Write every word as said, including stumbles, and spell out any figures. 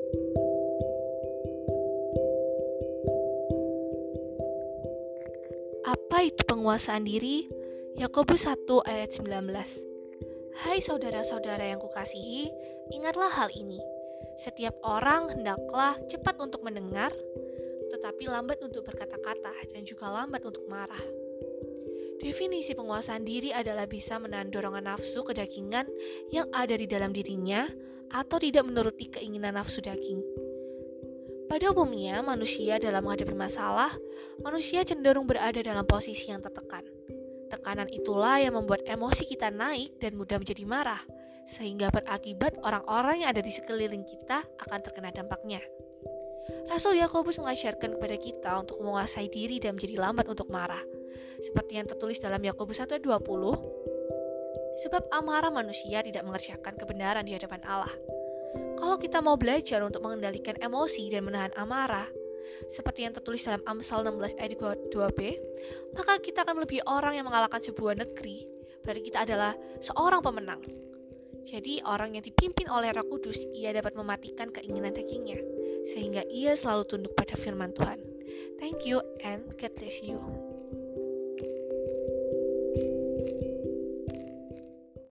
Apa itu penguasaan diri? Yakobus satu ayat sembilan belas. Hai saudara-saudara yang kukasihi, ingatlah hal ini. Setiap orang hendaklah cepat untuk mendengar, tetapi lambat untuk berkata-kata dan juga lambat untuk marah. Definisi penguasaan diri adalah bisa menahan dorongan nafsu kedagingan yang ada di dalam dirinya atau tidak menuruti keinginan nafsu daging. Pada umumnya, manusia dalam menghadapi masalah, manusia cenderung berada dalam posisi yang tertekan. Tekanan itulah yang membuat emosi kita naik dan mudah menjadi marah, sehingga berakibat orang-orang yang ada di sekeliling kita akan terkena dampaknya. Rasul Yakobus mengajarkan kepada kita untuk menguasai diri dan menjadi lambat untuk marah. Seperti yang tertulis dalam Yakobus satu ayat dua puluh, sebab amarah manusia tidak mengerjakan kebenaran di hadapan Allah. Kalau kita mau belajar untuk mengendalikan emosi dan menahan amarah, seperti yang tertulis dalam Amsal enam belas ayat dua b, maka kita akan lebih orang yang mengalahkan sebuah negeri. Berarti kita adalah seorang pemenang. Jadi orang yang dipimpin oleh Roh Kudus, ia dapat mematikan keinginan dagingnya, sehingga ia selalu tunduk pada firman Tuhan. Thank you and God bless you.